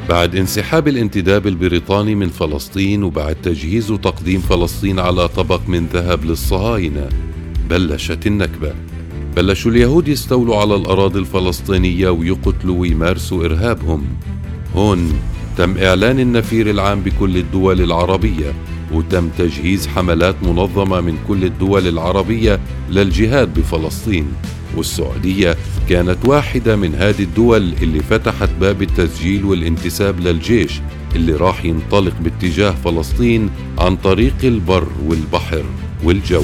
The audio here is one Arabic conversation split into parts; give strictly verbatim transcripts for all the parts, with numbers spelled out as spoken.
بعد انسحاب الانتداب البريطاني من فلسطين وبعد تجهيز وتقديم فلسطين على طبق من ذهب للصهاينة، بلشت النكبة. بلشوا اليهود يستولوا على الأراضي الفلسطينية ويقتلوا ويمارسوا إرهابهم. هون تم إعلان النفير العام بكل الدول العربية، وتم تجهيز حملات منظمة من كل الدول العربية للجهاد بفلسطين، والسعودية كانت واحدة من هذه الدول اللي فتحت باب التسجيل والانتساب للجيش اللي راح ينطلق باتجاه فلسطين عن طريق البر والبحر والجو.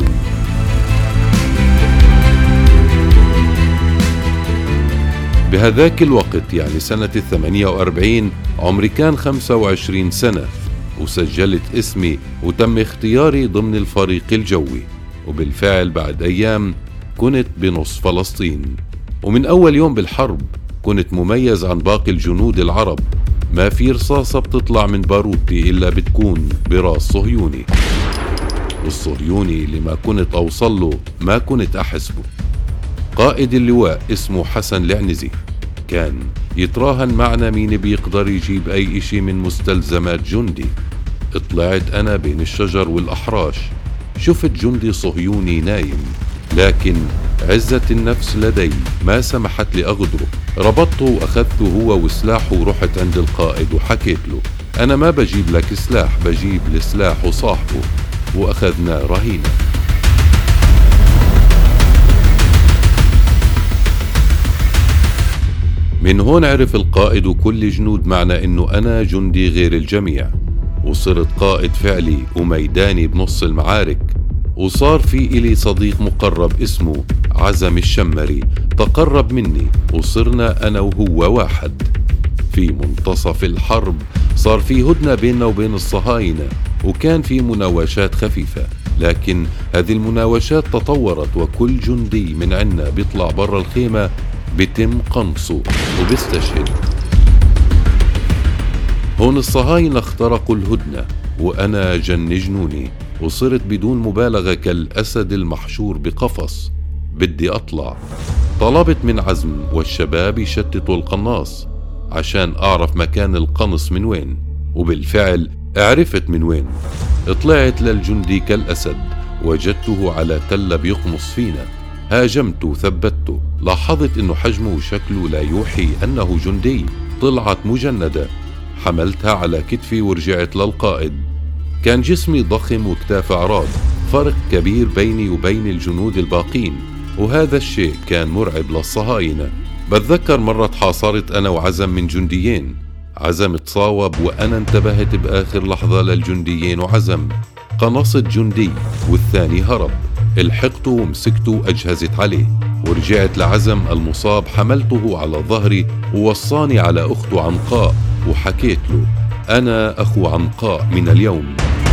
بهذاك الوقت يعني سنة الثمانية وأربعين عمري كان خمسة وعشرين سنة، وسجلت اسمي وتم اختياري ضمن الفريق الجوي، وبالفعل بعد أيام كنت بنص فلسطين. ومن أول يوم بالحرب كنت مميز عن باقي الجنود العرب، ما في رصاصة بتطلع من باروتي إلا بتكون براس صهيوني، والصهيوني اللي ما كنت أوصله ما كنت أحسبه. قائد اللواء اسمه حسن العنزي كان يتراهن معنا مين بيقدر يجيب أي إشي من مستلزمات جندي. اطلعت أنا بين الشجر والأحراش، شفت جندي صهيوني نايم، لكن عزة النفس لدي ما سمحت لي أغدره. ربطته وأخذته هو وسلاحه ورحت عند القائد وحكيت له أنا ما بجيب لك سلاح، بجيب السلاح وصاحبه، وأخذنا رهينة. من هون عرف القائد وكل جنود معنا إنه أنا جندي غير الجميع، وصرت قائد فعلي وميداني بنص المعارك. وصار في إلي صديق مقرب اسمه عزم الشمري، تقرب مني وصرنا أنا وهو واحد. في منتصف الحرب صار في هدنة بيننا وبين الصهاينة، وكان في مناوشات خفيفة، لكن هذه المناوشات تطورت وكل جندي من عنا بيطلع برا الخيمة بتم قنصه وبيستشهد. هون الصهاينة اخترقوا الهدنة وأنا جن جنوني، وصرت بدون مبالغة كالأسد المحشور بقفص بدي أطلع. طلبت من عزم والشباب يشتتوا القناص عشان أعرف مكان القنص من وين، وبالفعل عرفت من وين. طلعت للجندي كالأسد، وجدته على تلة بيقمص فينا، هاجمته وثبته. لاحظت انه حجمه وشكله لا يوحي انه جندي. طلعت مجندة، حملتها على كتفي ورجعت للقائد. كان جسمي ضخم وكتاف عراض، فرق كبير بيني وبين الجنود الباقين، وهذا الشيء كان مرعب للصهاينة. بتذكر مرة تحاصرت انا وعزم من جنديين، عزم تصاوب وانا انتبهت باخر لحظة للجنديين وعزم. قنصت جندي والثاني هرب، الحقته ومسكته وأجهزت عليه، ورجعت لعزم المصاب، حملته على ظهري ووصاني على أخته عنقاء، وحكيت له أنا أخو عنقاء من اليوم.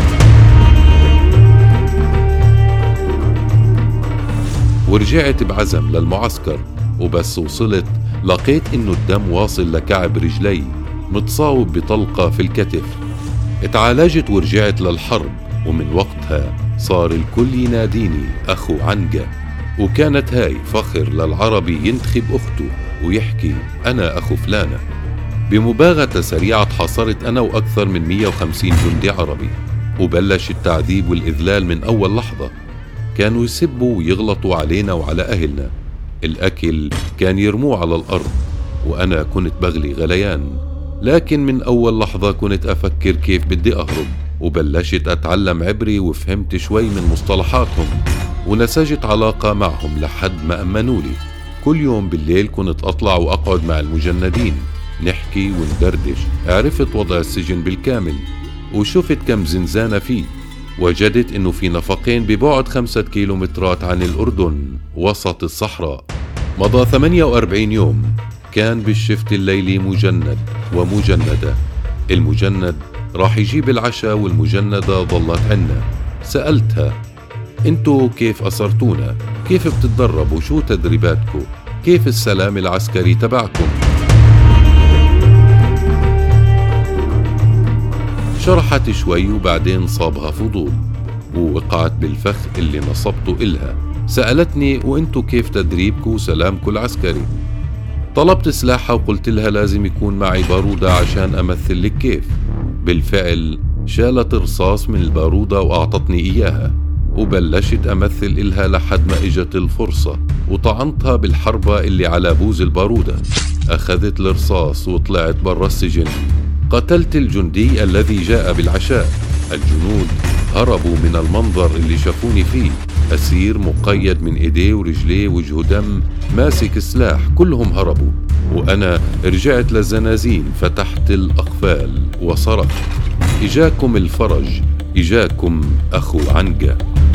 ورجعت بعزم للمعسكر، وبس وصلت لقيت إنه الدم واصل لكعب رجلي، متصاوب بطلقة في الكتف. اتعالجت ورجعت للحرب، ومن وقتها صار الكل يناديني أخو عنقة، وكانت هاي فخر للعربي ينتخب أخته ويحكي أنا أخو فلانة. بمباغتة سريعة حاصرت أنا وأكثر من مية وخمسين جندي عربي، وبلش التعذيب والإذلال من أول لحظة. كانوا يسبوا ويغلطوا علينا وعلى أهلنا، الأكل كان يرموه على الأرض، وأنا كنت بغلي غليان. لكن من أول لحظة كنت أفكر كيف بدي أهرب، وبلشت أتعلم عبري وفهمت شوي من مصطلحاتهم، ونسجت علاقة معهم لحد ما أمنولي. كل يوم بالليل كنت أطلع وأقعد مع المجندين نحكي وندردش. عرفت وضع السجن بالكامل، وشفت كم زنزانة فيه. وجدت إنه في نفقين ببعد خمسة كيلومترات عن الأردن وسط الصحراء. مضى ثمانية وأربعين يوم، كان بالشفت الليلي مجند ومجندة. المجند راح يجيب العشاء والمجندة ضلت عنا. سألتها انتو كيف أسرتونا؟ كيف بتتدربوا؟ شو تدريباتكم؟ كيف السلام العسكري تبعكم؟ شرحت شوي وبعدين صابها فضول ووقعت بالفخ اللي نصبته إلها. سألتني وانتو كيف تدريبكم وسلامكم العسكري؟ طلبت سلاحها وقلت لها لازم يكون معي بارودة عشان أمثل لك كيف. بالفعل شالت رصاص من البارودة وأعطتني إياها، وبلشت أمثل إلها لحد ما إجت الفرصة وطعنتها بالحربة اللي على بوز البارودة. أخذت الرصاص وطلعت برا السجن. قتلت الجندي الذي جاء بالعشاء. الجنود هربوا من المنظر اللي شافوني فيه، أسير مقيد من إيديه ورجليه وجهه دم ماسك سلاح، كلهم هربوا. وأنا رجعت للزنازين، فتحت الأقفال وصرخت: إجاكم الفرج، إجاكم أخو عنقة.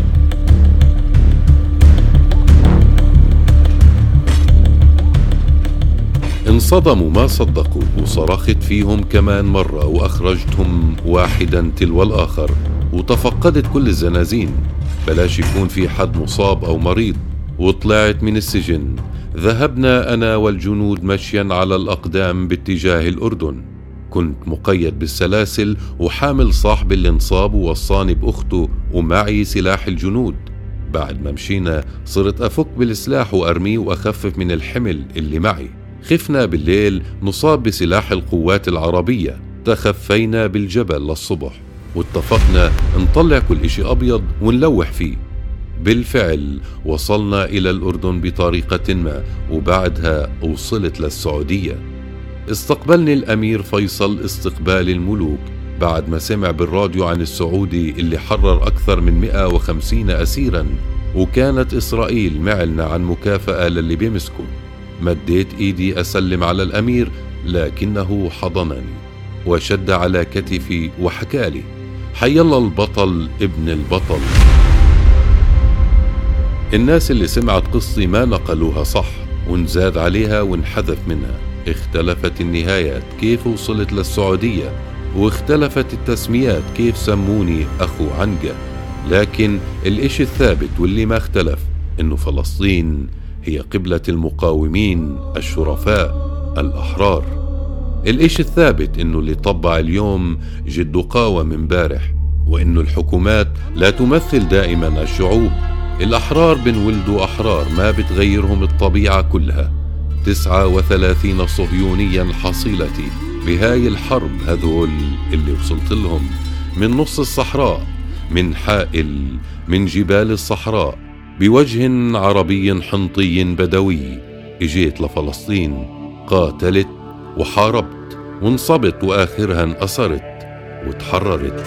انصدموا ما صدقوا، وصرخت فيهم كمان مرة وأخرجتهم واحدا تلو الآخر، وتفقدت كل الزنازين بلاش يكون في حد مصاب أو مريض. وطلعت من السجن. ذهبنا أنا والجنود مشيا على الأقدام باتجاه الأردن. كنت مقيد بالسلاسل وحامل صاحب اللي انصاب ووصاني بأخته، ومعي سلاح الجنود. بعد ما مشينا صرت أفك بالسلاح وأرميه وأخفف من الحمل اللي معي. خفنا بالليل نصاب بسلاح القوات العربية. تخفينا بالجبل للصبح واتفقنا نطلع كل إشي أبيض ونلوح فيه. بالفعل وصلنا إلى الأردن بطريقة ما، وبعدها وصلت للسعودية. استقبلني الأمير فيصل استقبال الملوك بعد ما سمع بالراديو عن السعودي اللي حرر أكثر من مئة وخمسين أسيرا، وكانت إسرائيل معلنة عن مكافأة للي بيمسكه. مديت إيدي أسلم على الأمير، لكنه حضنني وشد على كتفي وحكالي: حي الله البطل ابن البطل. الناس اللي سمعت قصتي ما نقلوها صح، ونزاد عليها ونحذف منها. اختلفت النهايات كيف وصلت للسعودية، واختلفت التسميات كيف سموني أخو عنقة. لكن الإشي الثابت واللي ما اختلف إنه فلسطين هي قبلة المقاومين الشرفاء الأحرار. الإشي الثابت إنه اللي طبع اليوم جد قاوم امبارح، وإنه الحكومات لا تمثل دائما الشعوب. الأحرار بنولدوا أحرار، ما بتغيرهم الطبيعة كلها. تسعة وثلاثين صهيونيا حصيلتي بهاي الحرب، هذول اللي وصلت لهم من نص الصحراء، من حائل، من جبال الصحراء، بوجه عربي حنطي بدوي. اجيت لفلسطين، قاتلت وحاربت وانصبت، وآخرها انأسرت وتحررت.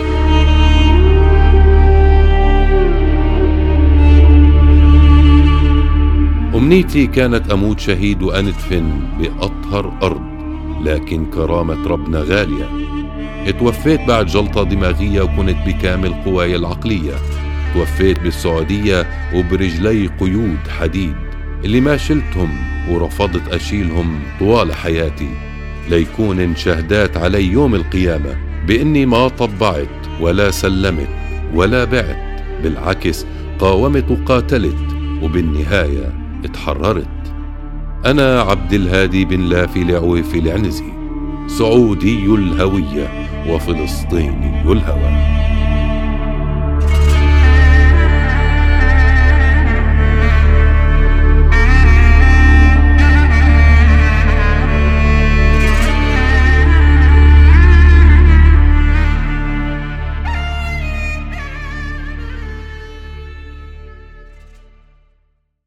أمنيتي كانت أموت شهيد وأندفن بأطهر أرض، لكن كرامة ربنا غالية. اتوفيت بعد جلطة دماغية وكنت بكامل قواي العقلية. توفيت بالسعودية وبرجلي قيود حديد اللي ما شلتهم ورفضت أشيلهم طوال حياتي، ليكون انشهدات علي يوم القيامة بإني ما طبعت ولا سلمت ولا بعت، بالعكس قاومت وقاتلت، وبالنهاية اتحررت. أنا عبد الهادي بن لافي العويفي العنزي، سعودي الهوية وفلسطيني الهوى.